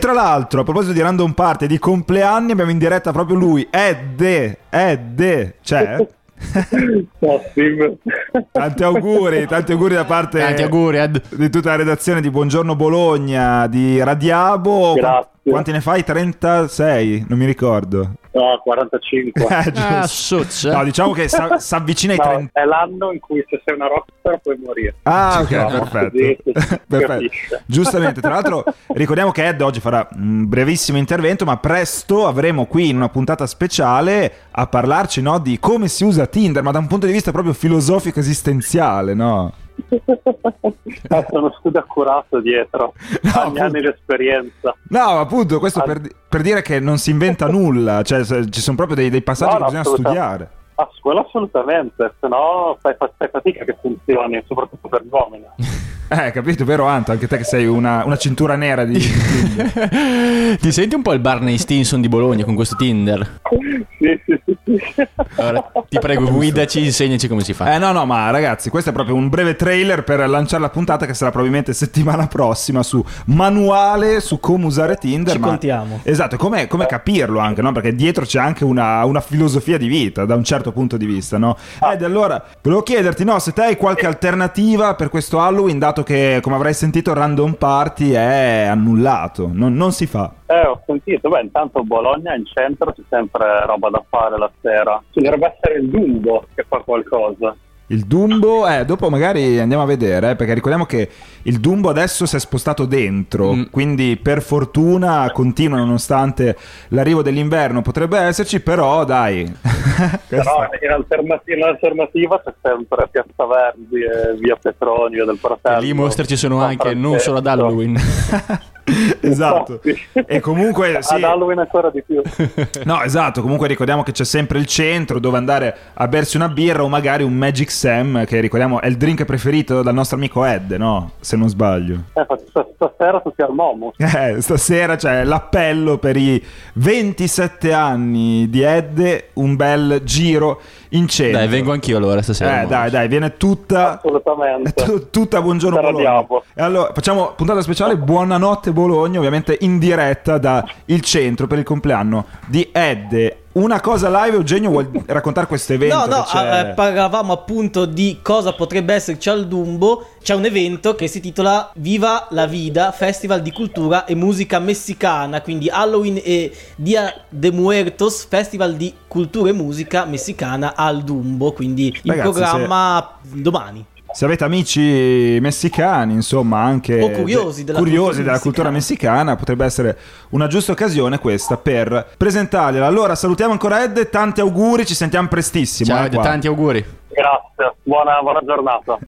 Tra l'altro, a proposito di Random Party e di compleanni, abbiamo in diretta proprio lui, Ed, c'è? Tanti auguri da parte Tanti auguri, Ed. di tutta la redazione di Buongiorno Bologna, di Radiabo. Grazie. Quanti ne fai? 36? Non mi ricordo. No, 45. Succe. No, diciamo che si avvicina ai 30. È l'anno in cui se sei una rockstar puoi morire. Ah, ok, No, perfetto. Perfetto. Giustamente, tra l'altro ricordiamo che Ed oggi farà un brevissimo intervento, ma presto avremo qui in una puntata speciale a parlarci, no, di come si usa Tinder, ma da un punto di vista proprio filosofico esistenziale, no? Sono studio accurato dietro, anni di esperienza. No, appunto, questo per dire che non si inventa nulla, cioè ci sono proprio dei passaggi che bisogna studiare. Quello assolutamente, se no fai fatica che funzioni, soprattutto per gli uomini. Capito, vero Anto? Anche te che sei una cintura nera di Ti senti un po' il Barney Stinson di Bologna con questo Tinder? Sì. Allora, ti prego, guidaci, insegnaci come si fa. No, ma ragazzi, questo è proprio un breve trailer per lanciare la puntata che sarà probabilmente settimana prossima su manuale su come usare Tinder. Contiamo. Esatto, come capirlo anche, no? Perché dietro c'è anche una filosofia di vita da un certo punto di vista, no? Ed allora, volevo chiederti, no, se te hai qualche alternativa per questo Halloween, dato che, come avrai sentito, Random Party è annullato, non si fa. Ho sentito, intanto Bologna in centro c'è sempre roba da fare la sera. Ci dovrebbe essere il Dumbo che fa qualcosa. Il Dumbo, dopo magari andiamo a vedere, perché ricordiamo che il Dumbo adesso si è spostato dentro, quindi per fortuna continua nonostante l'arrivo dell'inverno, potrebbe esserci, però dai. Però in alternativa c'è sempre Piazza Verdi e Via Petronio del Fratello. E lì i mostri ci sono anche, non solo ad Halloween. Esatto. E comunque ad Halloween ancora di più. No, esatto, comunque ricordiamo che c'è sempre il centro dove andare a bersi una birra o magari un Magic Sam, che ricordiamo è il drink preferito dal nostro amico Ed, no? Se non sbaglio. Stasera tutti al Momo. Stasera c'è l'appello per i 27 anni di Ed, un bel giro in centro. Dai, vengo anch'io allora stasera. Dai, viene tutta assolutamente. Tutta Buongiorno Bologna. E allora facciamo puntata speciale Buonanotte Bologna, ovviamente in diretta da il centro per il compleanno di Ed. Una cosa live, Eugenio, vuoi raccontare questo evento? No, parlavamo appunto di cosa potrebbe esserci al Dumbo. C'è un evento che si intitola Viva la Vida, Festival di Cultura e Musica Messicana, quindi Halloween e Dia de Muertos, Festival di Cultura e Musica Messicana al Dumbo, quindi in programma domani. Se avete amici messicani, insomma, anche o curiosi della cultura messicana, potrebbe essere una giusta occasione questa per presentargliela. Allora salutiamo ancora Ed, tanti auguri, ci sentiamo prestissimo. Ciao Ed, tanti auguri. Grazie, buona giornata.